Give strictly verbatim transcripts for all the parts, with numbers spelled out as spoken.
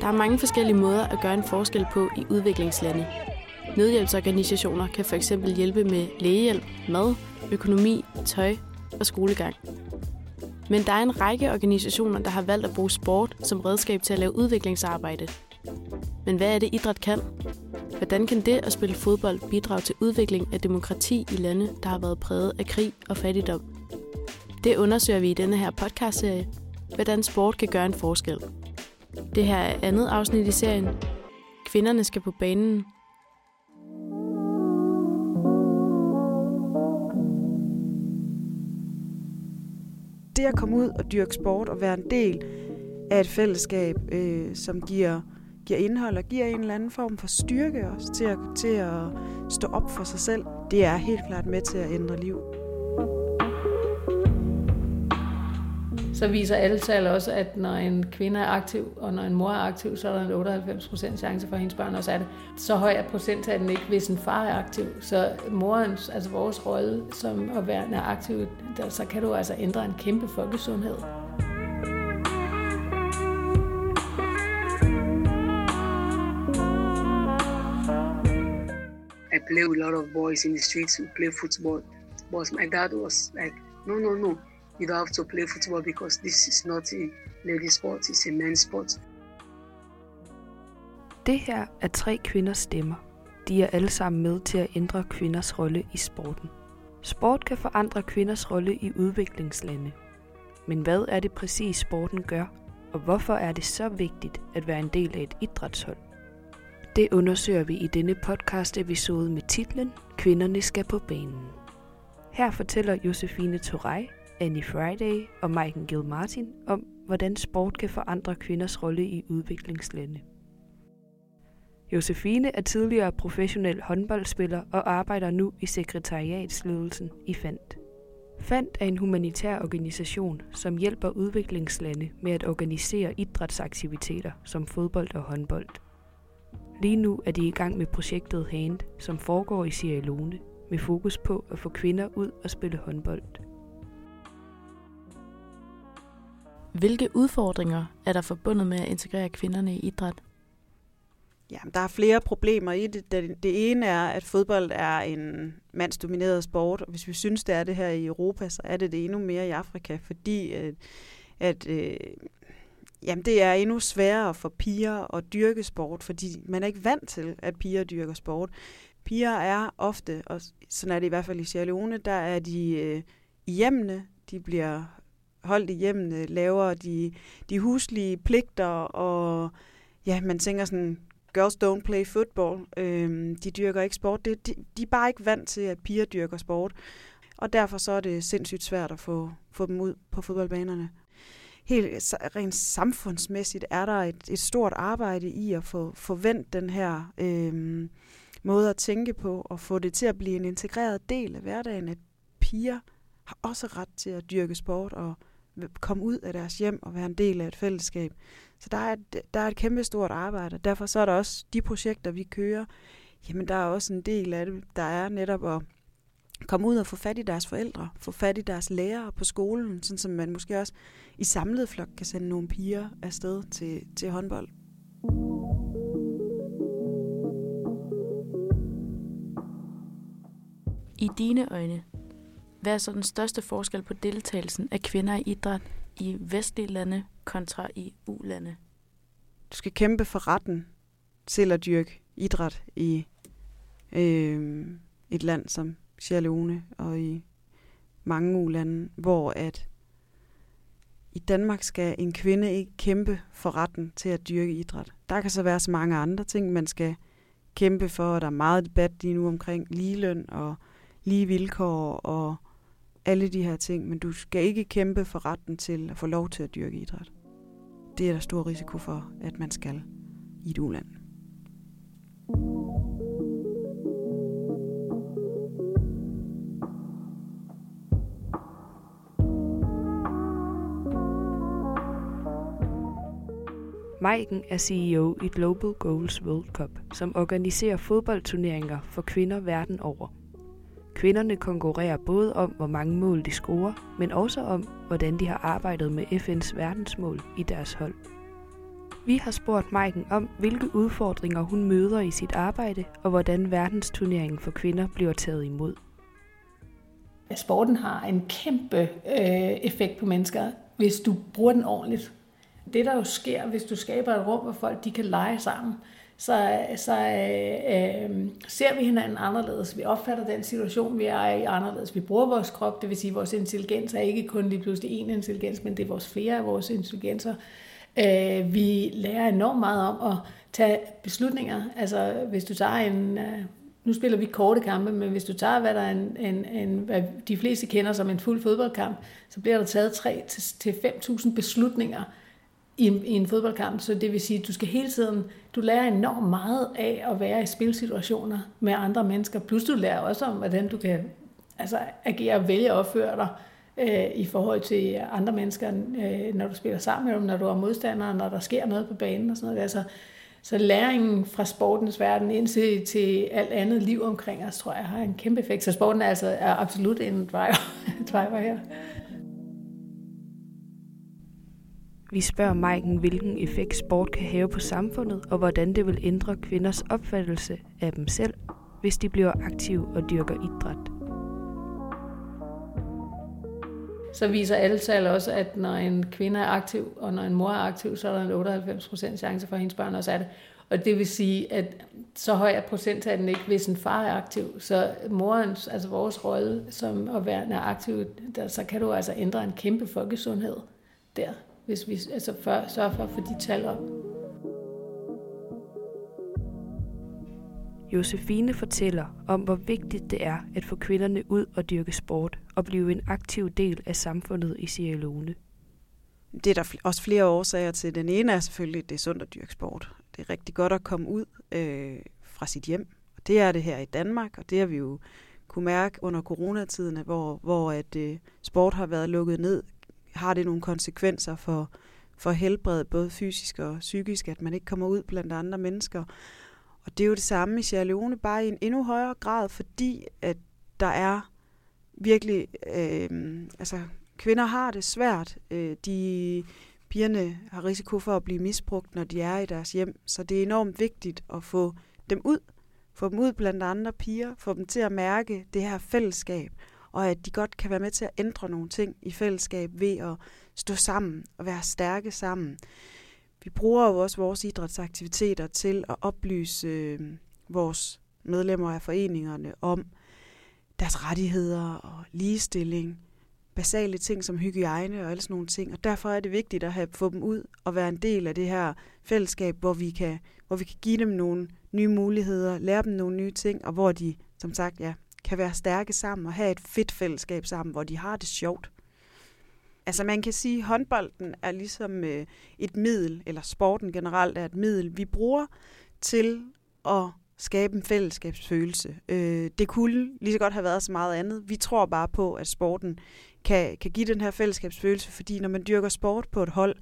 Der er mange forskellige måder at gøre en forskel på i udviklingslande. Nødhjælpsorganisationer kan f.eks. hjælpe med lægehjælp, mad, økonomi, tøj og skolegang. Men der er en række organisationer, der har valgt at bruge sport som redskab til at lave udviklingsarbejde. Men hvad er det, idræt kan? Hvordan kan det at spille fodbold bidrage til udvikling af demokrati i lande, der har været præget af krig og fattigdom? Det undersøger vi i denne her podcastserie, hvordan sport kan gøre en forskel. Det her er andet afsnit i serien. Kvinderne skal på banen. Det at komme ud og dyrke sport og være en del af et fællesskab, øh, som giver, giver indhold og giver en eller anden form for styrke også til at, til at stå op for sig selv, det er helt klart med til at ændre liv. Så viser alle tal også, at når en kvinde er aktiv, og når en mor er aktiv, så er der en otteoghalvfems procent chance for, at hendes børn også er det. Så høj er procenttallen ikke, hvis en far er aktiv. Så morens, altså vores rolle som at være aktiv, der, så kan du altså ændre en kæmpe folkesundhed. I play with a lot of boys in the streets who play football, but my dad was like, no, no, no. You don't have to play football because this is not a lady sport, it's a men's sport. Det her er tre kvinders stemmer. De er alle sammen med til at ændre kvinders rolle i sporten. Sport kan forandre kvinders rolle i udviklingslande. Men hvad er det præcis sporten gør, og hvorfor er det så vigtigt at være en del af et idrætshold? Det undersøger vi i denne podcast-episode med titlen Kvinderne skal på banen. Her fortæller Josefine Toray, Annie Friday og Maiken Gilmartin om, hvordan sport kan forandre kvinders rolle i udviklingslande. Josefine er tidligere professionel håndboldspiller og arbejder nu i sekretariatsledelsen i F A N D. F A N D er en humanitær organisation, som hjælper udviklingslande med at organisere idrætsaktiviteter som fodbold og håndbold. Lige nu er de i gang med projektet HAND, som foregår i Sierra Leone, med fokus på at få kvinder ud og spille håndbold. Hvilke udfordringer er der forbundet med at integrere kvinderne i idræt? Ja, der er flere problemer i det. Det, det ene er, at fodbold er en mandsdomineret sport, og hvis vi synes, det er det her i Europa, så er det det endnu mere i Afrika, fordi at, at øh, jamen, det er endnu sværere for piger at dyrke sport, fordi man er ikke vant til, at piger dyrker sport. Piger er ofte, og sådan er det i hvert fald i Sierra Leone, der er de øh, i hjemmene, de bliver holdt i hjemmene, laver de, de huslige pligter, og ja, man tænker sådan, girls don't play football, øhm, de dyrker ikke sport. Det, de, de er bare ikke vant til, at piger dyrker sport, og derfor så er det sindssygt svært at få, få dem ud på fodboldbanerne. Helt rent samfundsmæssigt er der et, et stort arbejde i at få, få vendt den her øhm, måde at tænke på, og få det til at blive en integreret del af hverdagen, at piger har også ret til at dyrke sport og komme ud af deres hjem og være en del af et fællesskab. Så der er et, der er et kæmpe stort arbejde. Derfor så er der også de projekter, vi kører. Jamen der er også en del af det, der er netop at komme ud og få fat i deres forældre, få fat i deres lærere på skolen, sådan som man måske også i samlet flok kan sende nogle piger afsted til, til håndbold. I dine øjne, hvad er så den største forskel på deltagelsen af kvinder i idræt i vestlige lande kontra i u-lande? Du skal kæmpe for retten til at dyrke idræt i øh, et land som Sierra Leone og i mange u-lande, hvor at i Danmark skal en kvinde ikke kæmpe for retten til at dyrke idræt. Der kan så være så mange andre ting, man skal kæmpe for, og der er meget debat lige nu omkring ligeløn og lige vilkår og alle de her ting, men du skal ikke kæmpe for retten til at få lov til at dyrke idræt. Det er der stor risiko for, at man skal i et u-land. Maiken er C E O i Global Goals World Cup, som organiserer fodboldturneringer for kvinder verden over. Kvinderne konkurrerer både om, hvor mange mål de scorer, men også om, hvordan de har arbejdet med F N's verdensmål i deres hold. Vi har spurgt Maiken om, hvilke udfordringer hun møder i sit arbejde, og hvordan verdensturneringen for kvinder bliver taget imod. Sporten har en kæmpe øh, effekt på mennesker, hvis du bruger den ordentligt. Det der jo sker, hvis du skaber et rum, hvor folk de kan lege sammen, så, så øh, øh, ser vi hinanden anderledes. Vi opfatter den situation, vi er i anderledes. Vi bruger vores krop, det vil sige, at vores intelligens er ikke kun lige pludselig én intelligens, men det er vores flere af vores intelligenser. Øh, vi lærer enormt meget om at tage beslutninger. Altså, hvis du tager en... Øh, nu spiller vi korte kampe, men hvis du tager, hvad der er en, en, en, hvad de fleste kender som en fuld fodboldkamp, så bliver der taget tre til fem tusind beslutninger i en, i en fodboldkamp. Så det vil sige, at du skal hele tiden, du lærer enormt meget af at være i spilsituationer med andre mennesker. Plus du lærer også om, hvordan du kan altså, agere og vælge at opføre dig øh, i forhold til andre mennesker, øh, når du spiller sammen med dem, når du er modstandere, når der sker noget på banen og sådan noget. Altså, så læringen fra sportens verden ind til, til alt andet liv omkring os, tror jeg, har en kæmpe effekt. Så sporten er, altså, er absolut en driver, driver her. Vi spørger Maiken, hvilken effekt sport kan have på samfundet, og hvordan det vil ændre kvinders opfattelse af dem selv, hvis de bliver aktive og dyrker idræt. Så viser alle tal også, at når en kvinde er aktiv, og når en mor er aktiv, så er der en otteoghalvfems procent chance for, at hendes børn også er det. Og det vil sige, at så høj er procenttallen ikke, hvis en far er aktiv. Så morens, altså vores rolle som at være er aktiv, der, så kan du altså ændre en kæmpe folkesundhed der, hvis vi altså for, sørger for at få de tal op. Josefine fortæller om, hvor vigtigt det er at få kvinderne ud og dyrke sport og blive en aktiv del af samfundet i Sierra Leone. Det er der også flere årsager til. Den ene er selvfølgelig, at det er sundt at dyrke sport. Det er rigtig godt at komme ud øh, fra sit hjem. Og det er det her i Danmark, og det har vi jo kunne mærke under coronatiden, hvor, hvor at, øh, sport har været lukket ned. Har det nogle konsekvenser for, for helbredet, både fysisk og psykisk, at man ikke kommer ud blandt andre mennesker. Og det er jo det samme i Sierra Leone, bare i en endnu højere grad, fordi at der er virkelig, øh, altså kvinder har det svært. Øh, de pigerne har risiko for at blive misbrugt, når de er i deres hjem, så det er enormt vigtigt at få dem ud, få dem ud blandt andre piger, få dem til at mærke det her fællesskab, og at de godt kan være med til at ændre nogle ting i fællesskab ved at stå sammen og være stærke sammen. Vi bruger jo også vores idrætsaktiviteter til at oplyse øh, vores medlemmer af foreningerne om deres rettigheder og ligestilling, basale ting som hygiejne og alle sådan nogle ting. Og derfor er det vigtigt at have, få dem ud og være en del af det her fællesskab, hvor vi kan, hvor vi kan give dem nogle nye muligheder, lære dem nogle nye ting, og hvor de, som sagt, ja, kan være stærke sammen og have et fedt fællesskab sammen, hvor de har det sjovt. Altså man kan sige, at håndbolden er ligesom øh, et middel, eller sporten generelt er et middel, vi bruger til at skabe en fællesskabsfølelse. Øh, det kunne lige så godt have været så meget andet. Vi tror bare på, at sporten kan, kan give den her fællesskabsfølelse, fordi når man dyrker sport på et hold,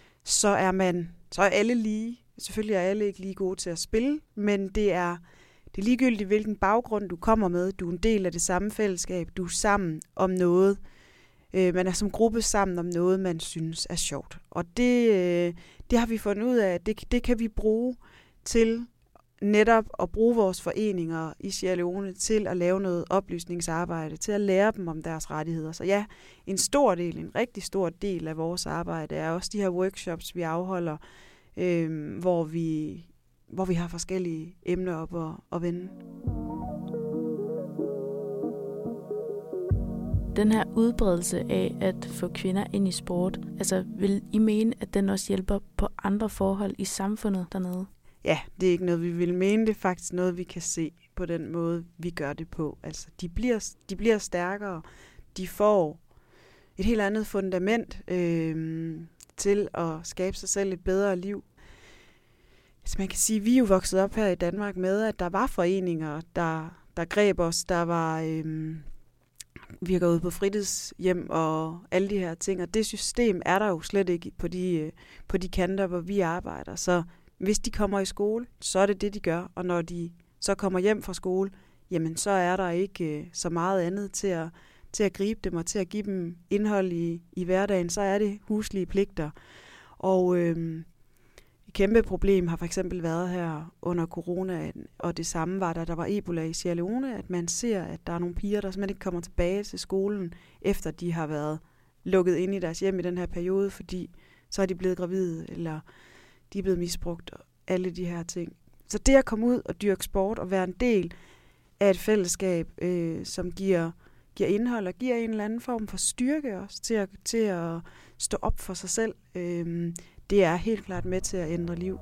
så er man, så er alle lige. Selvfølgelig er alle ikke lige gode til at spille, men det er, det er ligegyldigt, hvilken baggrund du kommer med. Du er en del af det samme fællesskab. Du er sammen om noget. Øh, man er som gruppe sammen om noget, man synes er sjovt. Og det, øh, det har vi fundet ud af, at det, det kan vi bruge til netop at bruge vores foreninger i Sierra Leone til at lave noget oplysningsarbejde, til at lære dem om deres rettigheder. Så ja, en stor del, en rigtig stor del af vores arbejde er også de her workshops, vi afholder, øh, hvor, vi, hvor vi har forskellige emner op at, at vende. Den her udbredelse af at få kvinder ind i sport, altså vil I mene, at den også hjælper på andre forhold i samfundet dernede? Ja, det er ikke noget, vi vil mene. Det er faktisk noget, vi kan se på den måde, vi gør det på. Altså, de bliver, de bliver stærkere. De får et helt andet fundament øh, til at skabe sig selv et bedre liv. Altså, man kan sige, at vi er jo vokset op her i Danmark med, at der var foreninger, der, der greb os. Der var øh, virker ud på fritidshjem og alle de her ting. Og det system er der jo slet ikke på de, på de kanter, hvor vi arbejder. Så hvis de kommer i skole, så er det det, de gør. Og når de så kommer hjem fra skole, jamen så er der ikke øh, så meget andet til at, til at gribe dem og til at give dem indhold i, i hverdagen. Så er det huslige pligter. Og øh, kæmpe problem har for eksempel været her under corona, og det samme var der, der var Ebola i Sierra Leone, at man ser, at der er nogle piger, der simpelthen ikke kommer tilbage til skolen, efter de har været lukket ind i deres hjem i den her periode, fordi så er de blevet gravide, eller de er blevet misbrugt, og alle de her ting. Så det at komme ud og dyrke sport, og være en del af et fællesskab, øh, som giver, giver indhold, og giver en eller anden form for styrke også, til at, til at stå op for sig selv, øh, det er helt klart med til at ændre liv.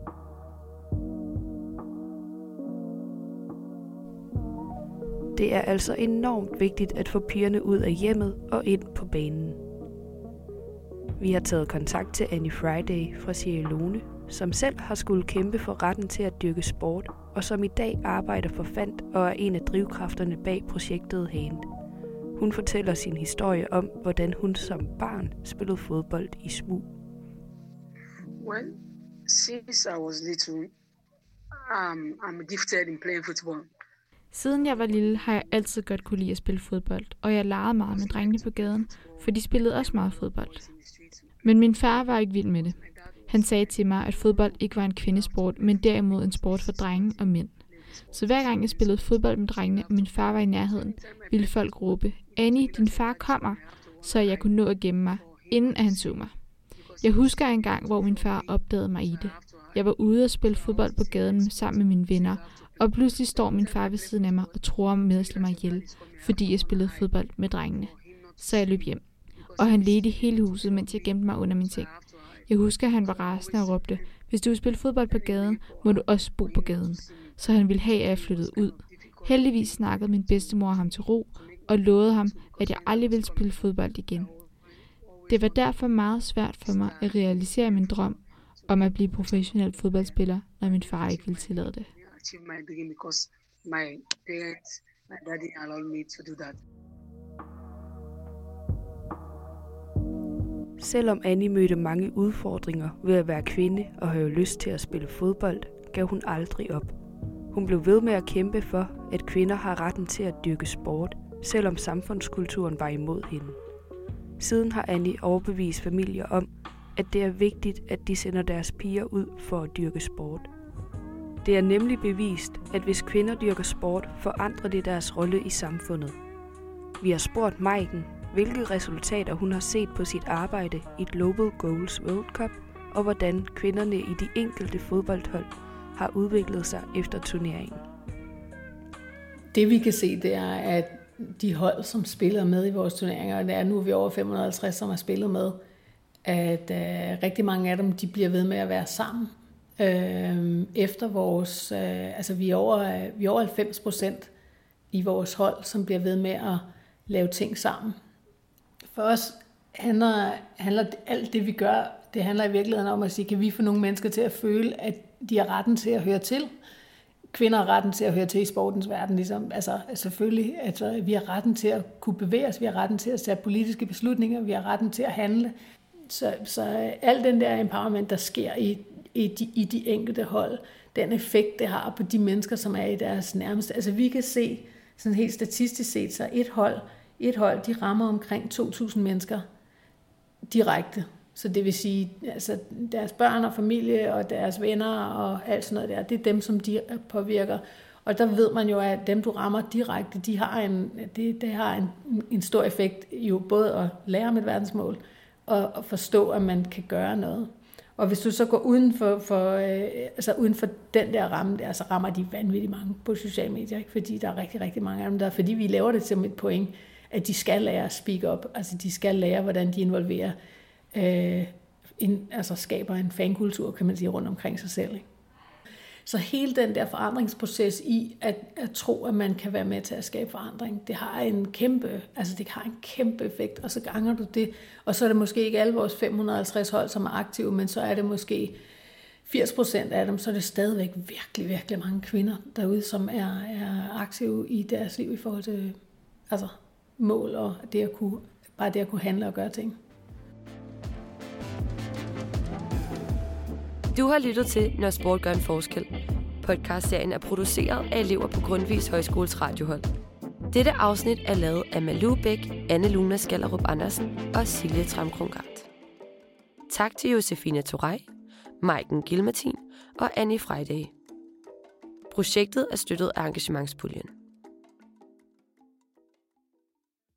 Det er altså enormt vigtigt at få pigerne ud af hjemmet og ind på banen. Vi har taget kontakt til Annie Friday fra Sierra Leone, som selv har skulle kæmpe for retten til at dyrke sport, og som i dag arbejder for F A N D og er en af drivkræfterne bag projektet Hand. Hun fortæller sin historie om, hvordan hun som barn spillede fodbold i smug. Well, since I was little, um, I'm gifted in playing football. Siden jeg var lille, har jeg altid godt kunne lide at spille fodbold, og jeg legede meget med drengene på gaden, for de spillede også meget fodbold. Men min far var ikke vild med det. Han sagde til mig, at fodbold ikke var en kvindesport, men derimod en sport for drenge og mænd. Så hver gang jeg spillede fodbold med drengene, og min far var i nærheden, ville folk råbe, Annie, din far kommer, så jeg kunne nå at gemme mig, inden at han så mig. Jeg husker en gang, hvor min far opdagede mig i det. Jeg var ude og spille fodbold på gaden sammen med mine venner, og pludselig står min far ved siden af mig og truer med at slå mig ihjel, fordi jeg spillede fodbold med drengene. Så jeg løb hjem, og han ledte i hele huset, mens jeg gemte mig under min seng. Jeg husker, at han var rasende og råbte, hvis du vil spille fodbold på gaden, må du også bo på gaden. Så han ville have, at jeg flyttede ud. Heldigvis snakkede min bedstemor ham til ro, og lovede ham, at jeg aldrig ville spille fodbold igen. Det var derfor meget svært for mig at realisere min drøm om at blive professionel fodboldspiller, når min far ikke ville tillade det. Selvom Annie mødte mange udfordringer ved at være kvinde og have lyst til at spille fodbold, gav hun aldrig op. Hun blev ved med at kæmpe for, at kvinder har retten til at dyrke sport, selvom samfundskulturen var imod hende. Siden har Annie overbevist familier om, at det er vigtigt, at de sender deres piger ud for at dyrke sport. Det er nemlig bevist, at hvis kvinder dyrker sport, forandrer det deres rolle i samfundet. Vi har spurgt Maiken, hvilke resultater hun har set på sit arbejde i Global Goals World Cup, og hvordan kvinderne i de enkelte fodboldhold har udviklet sig efter turneringen. Det vi kan se, det er, at de hold, som spiller med i vores turneringer, og det er nu er vi over fem hundrede og halvtreds, som har spillet med, at øh, rigtig mange af dem, de bliver ved med at være sammen. Øh, efter vores, øh, altså vi er over, vi er over halvfems procent i vores hold, som bliver ved med at lave ting sammen. For os handler, handler alt det, vi gør, det handler i virkeligheden om at sige, kan vi få nogle mennesker til at føle, at de har retten til at høre til. Kvinder har retten til at høre til i sportens verden, ligesom, altså selvfølgelig, altså, vi har retten til at kunne bevæge os, vi har retten til at tage politiske beslutninger, vi har retten til at handle. Så, så al den der empowerment, der sker i, i, de, i de enkelte hold, den effekt, det har på de mennesker, som er i deres nærmeste. Altså vi kan se, sådan helt statistisk set, så et hold, et hold, de rammer omkring to tusind mennesker direkte. Så det vil sige, altså deres børn og familie og deres venner og alt sådan noget der, det er dem, som de påvirker. Og der ved man jo, at dem, du rammer direkte, de har en, det, det har en, en stor effekt, jo både at lære om et verdensmål og at forstå, at man kan gøre noget. Og hvis du så går uden for, for, øh, altså uden for den der ramme der, så rammer de vanvittigt mange på sociale medier, ikke? Fordi der er rigtig, rigtig mange af dem der, fordi vi laver det som et point, at de skal lære at speak up, altså de skal lære, hvordan de involverer, øh, in, altså skaber en fankultur, kan man sige, rundt omkring sig selv, ikke? Så hele den der forandringsproces i at, at tro, at man kan være med til at skabe forandring, det har en kæmpe, altså det har en kæmpe effekt, og så ganger du det, og så er det måske ikke alle vores fem hundrede og halvtreds hold, som er aktive, men så er det måske firs procent af dem, så er det stadigvæk virkelig, virkelig mange kvinder derude, som er, er aktive i deres liv i forhold til altså, mål og det at kunne, bare det at kunne handle og gøre ting. Du har lyttet til Når sport gør en forskel. Podcastserien er produceret af elever på Grundtvigs Højskoles radiohold. Dette afsnit er lavet af Malou Bæk, Anne Luna Skallerup Andersen og Silje Tramkrongart. Tak til Josefina Torej, Maiken Gilmartin og Annie Friday. Projektet er støttet af Engagementspuljen.